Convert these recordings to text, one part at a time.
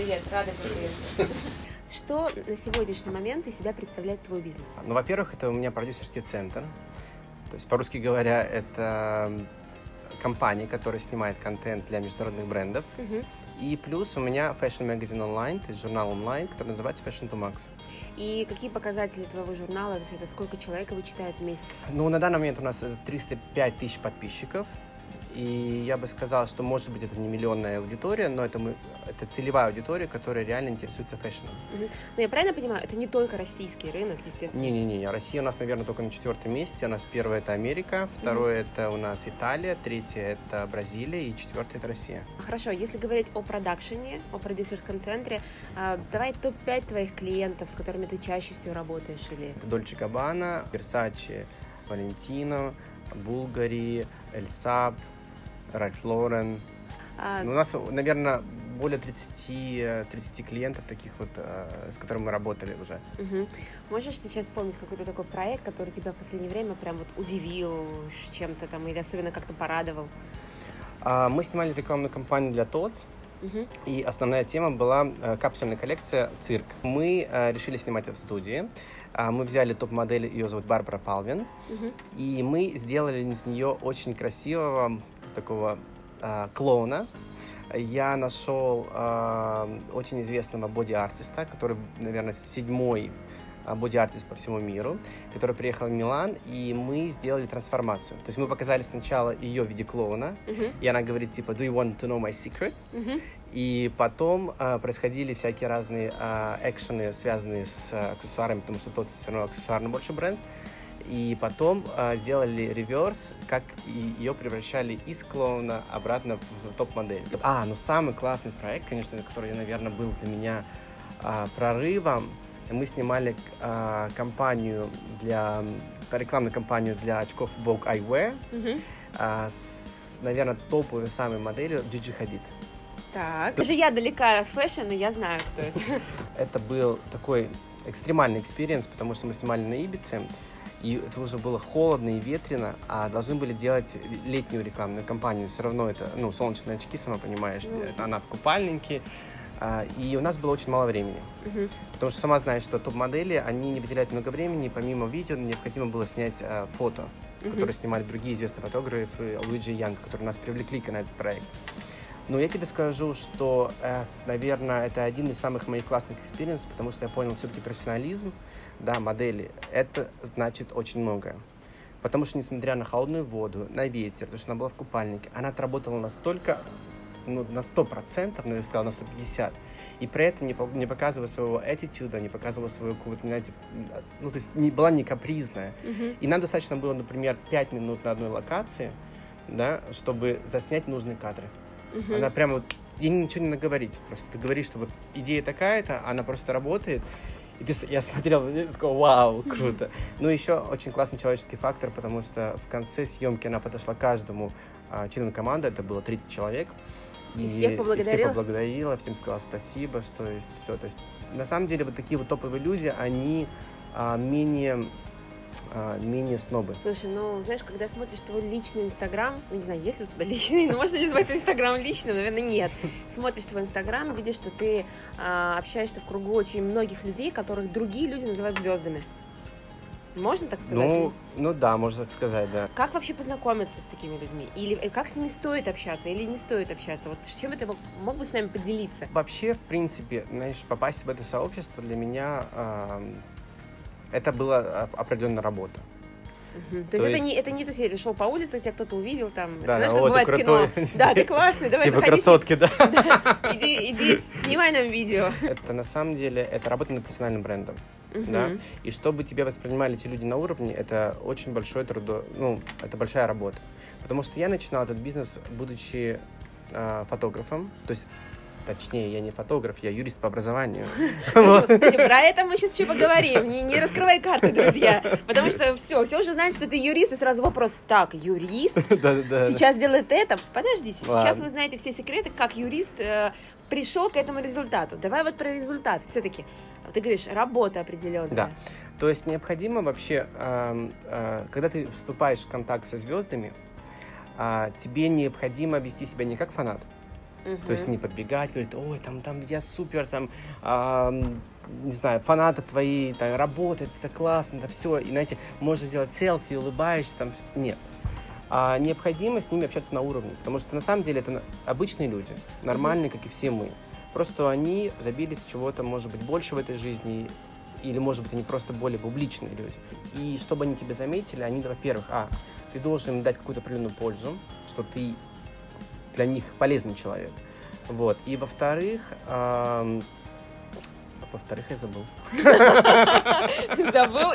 Привет, рада тебя приветствовать. Что на сегодняшний момент из себя представляет твой бизнес? Ну, во-первых, это у меня продюсерский центр. То есть, по-русски говоря, это компания, которая снимает контент для международных брендов. И плюс у меня фэшн-магазин онлайн, то есть журнал онлайн, который называется Fashion to Max. И какие показатели твоего журнала? То есть это сколько человек его читает в месяц? Ну, на данный момент у нас 305 тысяч подписчиков. И я бы сказал, что, может быть, это не миллионная аудитория, но это целевая аудитория, которая реально интересуется фэшном. Но я правильно понимаю, это не только российский рынок, естественно? Не-не-не, Россия у нас, наверное, только на 4-м месте. У нас первое — это Америка, второе — это у нас Италия, третье — это Бразилия, и четвертое — это Россия. Хорошо, если говорить о продакшене, о продюсерском центре, давай топ-5 твоих клиентов, с которыми ты чаще всего работаешь, или... Это Dolce Gabbana, Versace, Valentino, Bulgari, Elsap, Ralph Lauren. У нас, наверное, более 30 клиентов таких вот, с которыми мы работали уже. Можешь сейчас вспомнить какой-то такой проект, который тебя в последнее время прям вот удивил чем-то там или особенно как-то порадовал? Мы снимали рекламную кампанию для Tots, и основная тема была капсульная коллекция «Цирк». Мы решили снимать это в студии. Мы взяли топ-модель, ее зовут Барбара Палвин, и мы сделали из нее очень красивого такого клоуна. Я нашел очень известного боди-артиста, который, наверное, 7-й боди-артист по всему миру, который приехал в Милан, и мы сделали трансформацию. То есть мы показали сначала ее в виде клоуна, и она говорит, типа, do you want to know my secret? И потом происходили всякие разные экшены, связанные с аксессуарами, потому что тот все равно аксессуарный больше бренд. И потом сделали реверс, как ее превращали из клоуна обратно в топ-модель. Ну самый классный проект, конечно, который, наверное, был для меня прорывом. Мы снимали рекламную кампанию для очков Vogue Eyewear с, наверное, топовой самой моделью Gigi Hadid. Так, даже я далека от фэшна, я знаю, кто это. Это был такой экстремальный экспириенс, потому что мы снимали на Ибице. И это уже было холодно и ветрено, а должны были делать летнюю рекламную кампанию. Все равно это, солнечные очки, сама понимаешь, она в купальнике. И у нас было очень мало времени. Потому что сама знаешь, что топ-модели, они не выделяют много времени. Помимо видео необходимо было снять фото, которые снимали другие известные фотографы, Луиджи и Янг, которые нас привлекли на этот проект. Но я тебе скажу, что, наверное, это один из самых моих классных экспириенсов, потому что я понял все-таки профессионализм, модели, это значит очень многое. Потому что, несмотря на холодную воду, на ветер, то, что она была в купальнике, она отработала настолько, на 100%, я бы сказал, на 150%, и при этом не показывая своего attitude, не показывая своего какого-то, то есть была не капризная. И нам достаточно было, например, 5 минут на одной локации, чтобы заснять нужные кадры. Она прямо ей ничего не наговорить, просто ты говоришь, что вот идея такая-то, она просто работает. И я смотрел, и такой, вау, круто. Еще очень классный человеческий фактор, потому что в конце съемки она подошла к каждому члену команды, это было 30 человек. И всех поблагодарила, всем сказала спасибо, что есть все. То есть, на самом деле, вот такие вот топовые люди, они менее снобы. Слушай, знаешь, когда смотришь твой личный Инстаграм, не знаю, есть ли у тебя личный, но можно ли назвать Инстаграм личным? Наверное, нет. Смотришь твой Инстаграм, видишь, что ты общаешься в кругу очень многих людей, которых другие люди называют звездами. Можно так сказать? Да, можно так сказать, да. Как вообще познакомиться с такими людьми? Или как с ними стоит общаться, или не стоит общаться? Вот с чем это мог бы с нами поделиться? Вообще, в принципе, знаешь, попасть в это сообщество для меня это была определенная работа. То есть это не то, что я шел по улице, тебя кто-то увидел там. Да, знаешь, как бывает в кино. Да, ты классный, давай типа заходи. Красотки, да. Иди, снимай нам видео. Это на самом деле, это работа над персональным брендом. Да? И чтобы тебя воспринимали эти люди на уровне, это очень большой это большая работа. Потому что я начинал этот бизнес, будучи фотографом, то есть точнее, я не фотограф, я юрист по образованию. Про это мы сейчас еще поговорим. Не раскрывай карты, друзья. Потому что все уже знают, что ты юрист, и сразу вопрос: так, юрист сейчас делает это? Подождите, сейчас вы знаете все секреты, как юрист пришел к этому результату. Давай вот про результат. Все-таки, ты говоришь, работа определенная. Да. То есть необходимо вообще, когда ты вступаешь в контакт со звездами, тебе необходимо вести себя не как фанат, То есть не подбегать, говорить, ой, там я супер, там, не знаю, фанаты твои, там, работают, это классно, это все. И, знаете, можно сделать селфи, улыбаешься, там, нет. А необходимо с ними общаться на уровне, потому что на самом деле это обычные люди, нормальные, как и все мы. Просто они добились чего-то, может быть, больше в этой жизни, или, может быть, они просто более публичные люди. И чтобы они тебя заметили, они, во-первых, ты должен им дать какую-то определенную пользу, что ты для них полезный человек. Вот. И во-вторых, я забыл. Забыл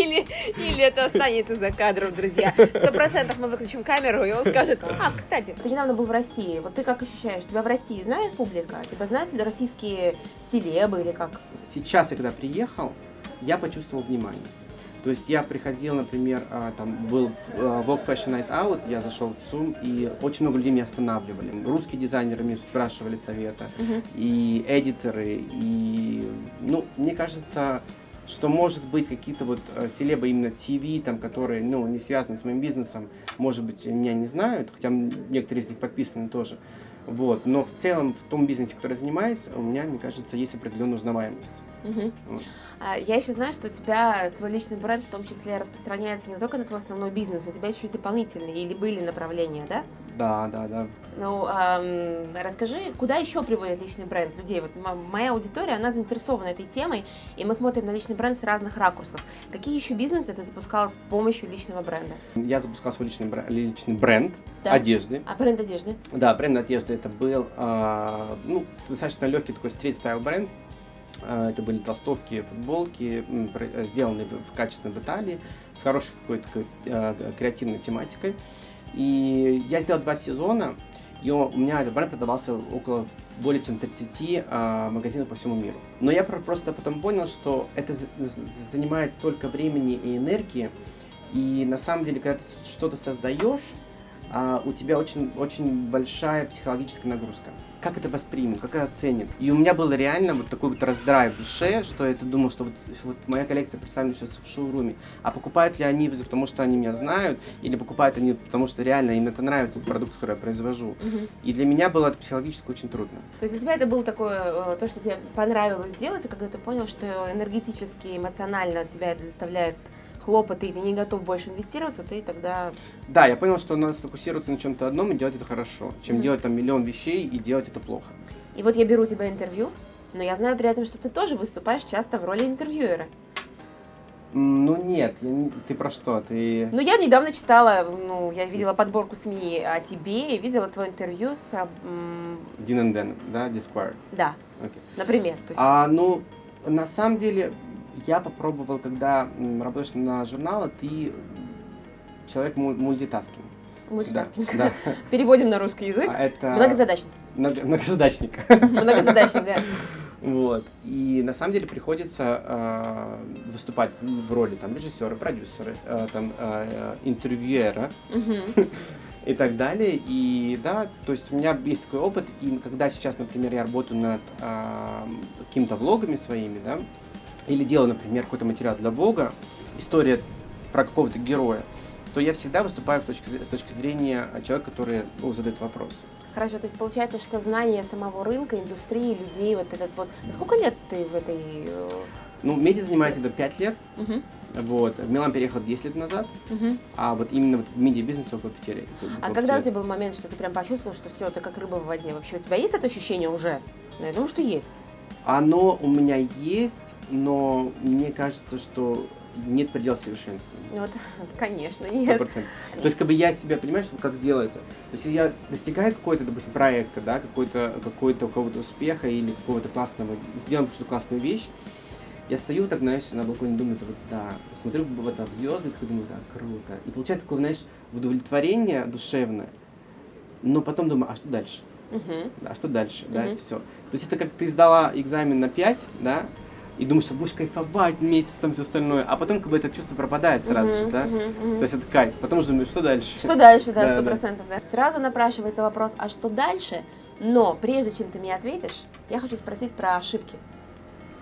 или это останется за кадром, друзья. 100% мы выключим камеру, и он скажет, кстати, ты недавно был в России, вот ты как ощущаешь, тебя в России знает публика? Тебя знают ли российские селебы или как? Сейчас, я когда приехал, я почувствовал внимание. То есть я приходил, например, там был Vogue Fashion Night Out, я зашел в ЦУМ, и очень много людей меня останавливали. Русские дизайнеры мне спрашивали совета, и эдиторы, и, мне кажется, что, может быть, какие-то вот селебы именно ТВ, там, которые, не связаны с моим бизнесом, может быть, меня не знают, хотя некоторые из них подписаны тоже. Вот. Но в целом, в том бизнесе, который я занимаюсь, у меня, мне кажется, есть определенная узнаваемость. Вот. Я еще знаю, что у тебя твой личный бренд в том числе распространяется не только на твой основной бизнес, но у тебя еще и дополнительные или были направления, да? Да. Расскажи, куда еще приводит личный бренд людей? Вот моя аудитория, она заинтересована этой темой, и мы смотрим на личный бренд с разных ракурсов. Какие еще бизнесы ты запускала с помощью личного бренда? Я запускал свой личный бренд одежды. Бренд одежды? Да, бренд одежды. Это был достаточно легкий такой стрит-стайл бренд. Это были толстовки, футболки, сделанные качественно в Италии, с хорошей какой-то креативной тематикой. И я сделал 2 сезона, и у меня этот бренд продавался более чем 30 магазинов по всему миру. Но я просто потом понял, что это занимает столько времени и энергии, и на самом деле, когда ты что-то создаешь, у тебя очень, очень большая психологическая нагрузка. Как это воспримут, как это оценят. И у меня был реально вот такой вот раздрай в душе, что я думал, что вот моя коллекция представлена сейчас в шоуруме. А покупают ли они потому, что они меня знают, или покупают они потому, что реально им это нравится, тот продукт, который я произвожу. И для меня было это психологически очень трудно. То есть для тебя это было такое, то, что тебе понравилось делать, и когда ты понял, что энергетически, эмоционально тебя это заставляет хлопоты, и ты не готов больше инвестироваться, ты тогда... Да, я понял, что надо сфокусироваться на чем-то одном и делать это хорошо, чем делать там миллион вещей и делать это плохо. И вот я беру у тебя интервью, но я знаю при этом, что ты тоже выступаешь часто в роли интервьюера. Нет, ты про что? Ты... Я недавно читала, я видела подборку СМИ о тебе и видела твое интервью с... Дин Дэн, да, Disquire? Да, okay. Например. То есть... На самом деле... Я попробовал, когда работаешь на журнале, ты человек мультитаскинг. Мультитаскинг. Да. Переводим на русский язык. Это... Многозадачность. Многозадачник. Многозадачник, да. Вот. И на самом деле приходится выступать в роли там, режиссера, продюсера, интервьюера и так далее. И да, то есть у меня есть такой опыт. И когда сейчас, например, я работаю над какими-то влогами своими, да, или делаю, например, какой-то материал для Vogue, история про какого-то героя, то я всегда выступаю с точки зрения человека, который задает вопросы. Хорошо, то есть получается, что знание самого рынка, индустрии, людей, вот этот вот... Сколько лет ты в этой... Медиа занимается до 5 лет. Вот. В Милан переехал 10 лет назад, а вот именно в медиа-бизнесе около 5 лет. А когда у тебя был момент, что ты прям почувствовал, что все, ты как рыба в воде? Вообще у тебя есть это ощущение уже? Я думаю, что есть. Оно у меня есть, но мне кажется, что нет предела совершенства. Конечно, нет. 100%. То есть, я себя, понимаешь, как делается. То есть, я достигаю какой-то, допустим, проекта, да, какого-то успеха или какого-то классного, сделаем какую-то классную вещь, я стою так, знаешь, на балконе, думаю, смотрю в звезды, такой думаю, круто. И получаю такое, знаешь, удовлетворение душевное, но потом думаю, а что дальше? Да, что дальше? Да, это все. То есть это как ты сдала экзамен на 5, да, и думаешь, что будешь кайфовать месяц, там все остальное, а потом это чувство пропадает сразу же, да? То есть это кайф. Потом уже думаешь, что дальше? Что дальше, да, 100%. Да. Сразу напрашивается вопрос, а что дальше? Но прежде чем ты мне ответишь, я хочу спросить про ошибки.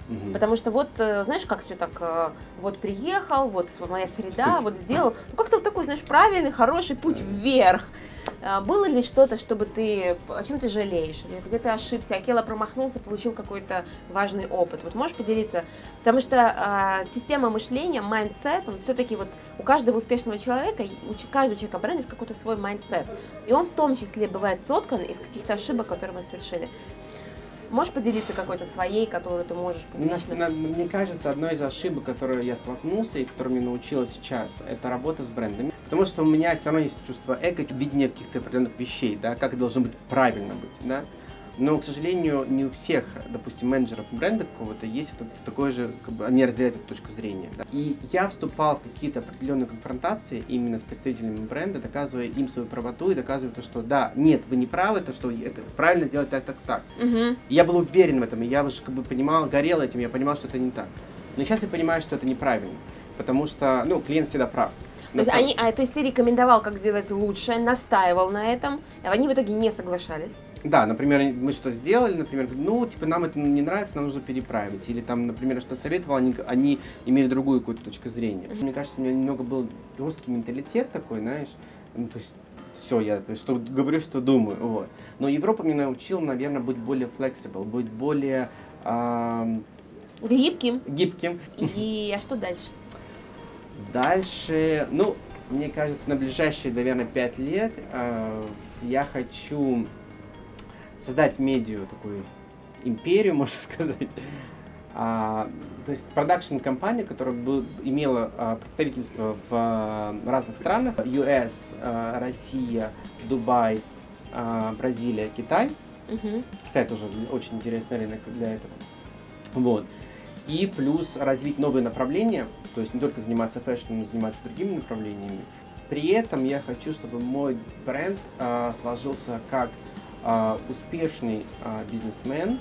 Потому что вот, знаешь, как все так, вот приехал, вот моя среда, вот сделал. Ну, как-то вот такой, знаешь, правильный, хороший путь вверх. Было ли что-то, чтобы ты, о чем ты жалеешь? Или где ты ошибся, Акела промахнулся, получил какой-то важный опыт? Вот можешь поделиться? Потому что система мышления, майндсет, он все-таки вот у каждого успешного человека, у каждого человека бренда есть какой-то свой майндсет. И он в том числе бывает соткан из каких-то ошибок, которые мы совершили. Можешь поделиться какой-то своей, которую ты можешь публично? Мне кажется, одной из ошибок, которой я столкнулся и которой меня научила сейчас, это работа с брендами. Потому что у меня все равно есть чувство эго, видение каких-то определенных вещей, да, как должно быть правильно быть, да. Но, к сожалению, не у всех, допустим, менеджеров бренда какого-то есть такое же, как бы, они разделяют эту точку зрения. Да? И я вступал в какие-то определенные конфронтации именно с представителями бренда, доказывая им свою правоту и доказывая то, что да, нет, вы не правы, то, что это правильно сделать так. И я был уверен в этом, и я уже как бы понимал, горел этим, я понимал, что это не так. Но сейчас я понимаю, что это неправильно, потому что, клиент всегда прав. То есть ты рекомендовал, как сделать лучше, настаивал на этом, а они в итоге не соглашались? Да, например, мы что-то сделали, например, нам это не нравится, нам нужно переправить. Или там, например, что советовал, они имели другую какую-то точку зрения. Мне кажется, у меня немного был русский менталитет такой, знаешь, то есть все, я что говорю, что думаю, вот. Но Европа меня научила, наверное, быть более flexible, быть более... Гибким. А что дальше? Дальше, мне кажется, на ближайшие, наверное, 5 лет я хочу создать медиа, такую империю, можно сказать. То есть продакшн-компания, которая имела представительство в разных странах. US, Россия, Дубай, Бразилия, Китай. Китай тоже очень интересный рынок для этого. Вот. И плюс развить новые направления, то есть не только заниматься фэшном, но заниматься другими направлениями. При этом я хочу, чтобы мой бренд сложился как успешный бизнесмен,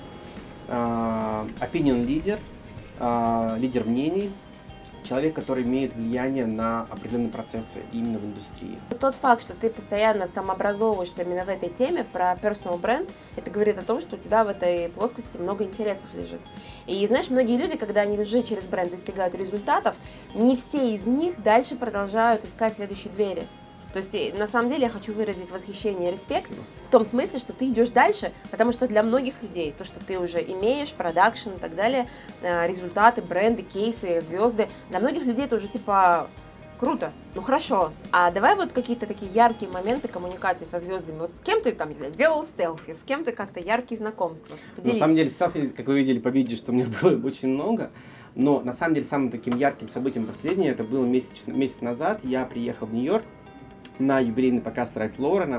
opinion лидер, лидер мнений, человек, который имеет влияние на определенные процессы именно в индустрии. Тот факт, что ты постоянно самообразовываешься именно в этой теме про personal бренд, это говорит о том, что у тебя в этой плоскости много интересов лежит. И знаешь, многие люди, когда они уже через бренд достигают результатов, не все из них дальше продолжают искать следующие двери. То есть, на самом деле, я хочу выразить восхищение и респект. Спасибо. В том смысле, что ты идешь дальше, потому что для многих людей то, что ты уже имеешь, продакшн и так далее, результаты, бренды, кейсы, звезды, для многих людей это уже типа круто, хорошо. А давай вот какие-то такие яркие моменты коммуникации со звездами. Вот с кем ты там, не знаю, делал селфи, с кем ты как-то яркие знакомства? Поделись. На самом деле, селфи, как вы видели по видео, что у меня было очень много. Но на самом деле, самым таким ярким событием последнее, это было месяц назад. Я приехал в Нью-Йорк на юбилейный показ Ральф Лорена,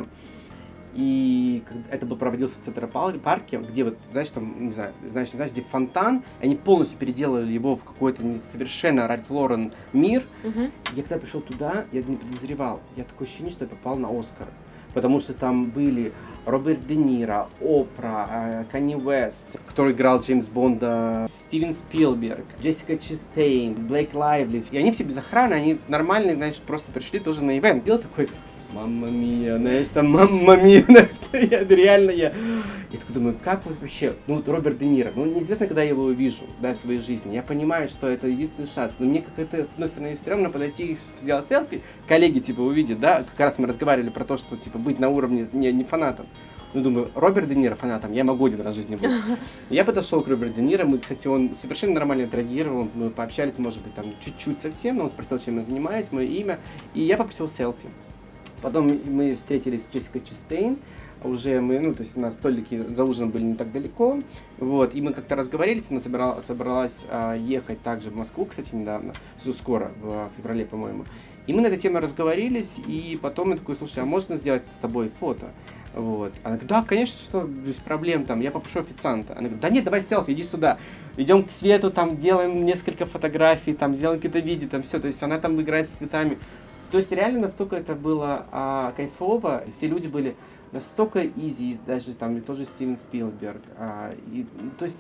и это проводился в Централ-парке, где вот, знаешь, там, не знаю, где фонтан, они полностью переделали его в какой-то совершенно Ральф Лорен мир. Я когда пришел туда, я не подозревал, я такое ощущение, что я попал на Оскар, потому что там были Роберт Де Ниро, Опра, Канье Уэст, который играл Джеймс Бонда, Стивен Спилберг, Джессика Честейн, Блейк Лайвли. И они все без охраны, они нормальные, знаешь, просто пришли тоже на ивент. Делал такой, мамма мия, знаешь, там, мамма мия, знаешь, я такой думаю, как вот вообще, Роберт Де Ниро, неизвестно, когда я его увижу, да, в своей жизни. Я понимаю, что это единственный шанс, но мне как-то, с одной стороны, стрёмно подойти и сделать селфи, коллеги, увидят, да, как раз мы разговаривали про то, что, быть на уровне не фанатом. Думаю, Роберт Де Ниро фанатом, я могу один раз в жизни быть. Я подошел к Роберту Де Ниро, кстати, он совершенно нормально отреагировал, мы пообщались, может быть, там, чуть-чуть совсем, но он спросил, чем я занимаюсь, мое имя, и я попросил селфи. Потом мы встретились с Джессикой Честейн, уже мы, то есть у нас столики за ужином были не так далеко, вот, и мы как-то разговорились, она собралась ехать также в Москву, кстати, недавно, скоро, в феврале, по-моему, и мы на эту тему разговорились, и потом я такой, слушай, а можно сделать с тобой фото? Вот. Она говорит, да, конечно, что, без проблем, там, я попрошу официанта. Она говорит, да нет, давай селфи, иди сюда. Идем к свету, там, делаем несколько фотографий, там, делаем какие-то видео, там, все, то есть она там играет с цветами. То есть реально настолько это было кайфово, все люди были настолько изи, даже там и тоже Стивен Спилберг. То есть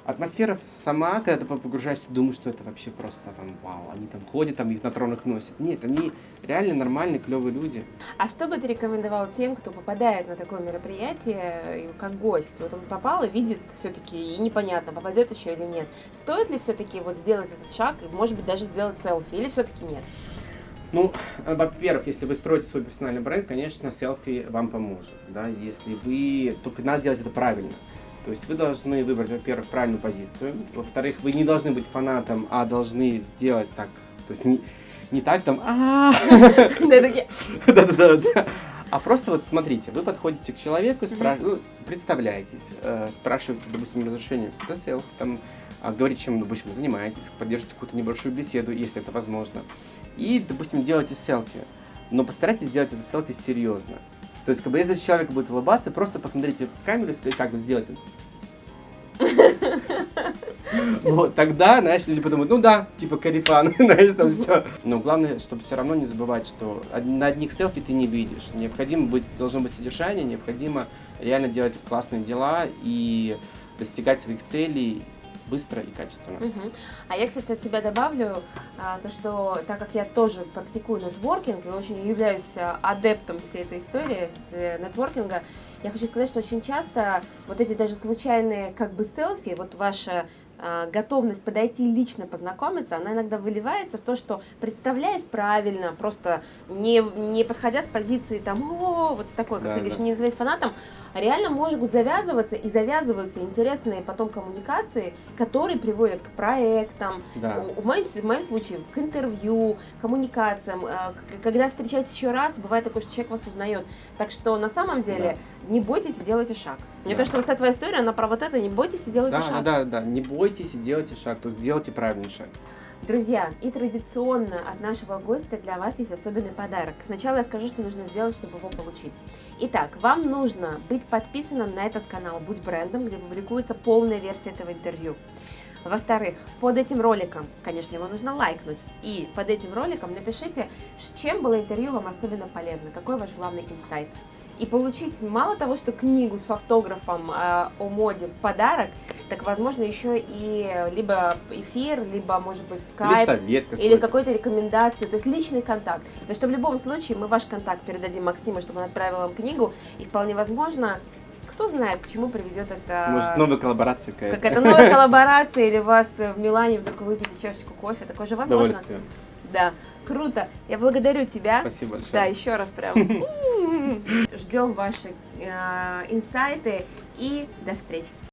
Атмосфера сама, когда ты погружаешься, думаешь, что это вообще просто там, вау, они там ходят, там их на тронах носят. Нет, они реально нормальные, клевые люди. А что бы ты рекомендовал тем, кто попадает на такое мероприятие как гость? Вот он попал и видит все-таки, и непонятно, попадет еще или нет. Стоит ли все-таки вот сделать этот шаг и, может быть, даже сделать селфи, или все-таки нет? Ну, во-первых, если вы строите свой персональный бренд, конечно, селфи вам поможет, да, если вы, только надо делать это правильно. То есть вы должны выбрать, во-первых, правильную позицию, во-вторых, вы не должны быть фанатом, а должны сделать так, то есть не так там, да-да-да, а просто вот смотрите, вы подходите к человеку, представляетесь, спрашиваете, допустим, разрешение на селфи, там, говорите, чем, допустим, занимаетесь, поддержите какую-то небольшую беседу, если это возможно, и, допустим, делайте селфи, но постарайтесь сделать это селфи серьезно. То есть, когда этот человек будет улыбаться, просто посмотрите в камеру и скажите, как вы сделаете. Вот, тогда, знаешь, люди подумают, ну да, типа карифан, знаешь, там все. Но главное, чтобы все равно не забывать, что на одних селфи ты не видишь. Должно быть содержание, необходимо реально делать классные дела и достигать своих целей быстро и качественно. А я, кстати, от себя добавлю, то, что так как я тоже практикую нетворкинг и очень являюсь адептом всей этой истории с нетворкинга, я хочу сказать, что очень часто вот эти даже случайные как бы селфи, вот ваша готовность подойти лично познакомиться, она иногда выливается в то, что представляясь правильно, просто не подходя с позиции там, вот такой, как ты говоришь, не называясь фанатом, реально могут завязываться и завязываются интересные потом коммуникации, которые приводят к проектам, в моем случае к интервью, коммуникациям. Когда встречаетесь еще раз, бывает такое, что человек вас узнает. Так что на самом деле не бойтесь и делайте шаг. Мне кажется, вот вся твоя история, она про вот это, не бойтесь и делайте шаг. Да, не бойтесь и делайте шаг, то есть делайте правильный шаг. Друзья, и традиционно от нашего гостя для вас есть особенный подарок. Сначала я скажу, что нужно сделать, чтобы его получить. Итак, вам нужно быть подписанным на этот канал «Будь брендом», где публикуется полная версия этого интервью. Во-вторых, под этим роликом, конечно, его нужно лайкнуть. И под этим роликом напишите, с чем было интервью вам особенно полезно, какой ваш главный инсайт. И получить мало того, что книгу с автографом о моде в подарок, так, возможно, еще и либо эфир, либо, может быть, скайп, или совет какой-то, или какую-то рекомендацию, то есть личный контакт. Потому что в любом случае мы ваш контакт передадим Максиму, чтобы он отправил вам книгу, и вполне возможно, кто знает, к чему приведет это... Может, новая коллаборация какая-то. Какая-то новая коллаборация, или вас в Милане вдруг выпили чашечку кофе, такое же возможно. С удовольствием. Да, круто. Я благодарю тебя. Спасибо большое. Да, еще раз прям. Ждем ваши инсайты и до встречи.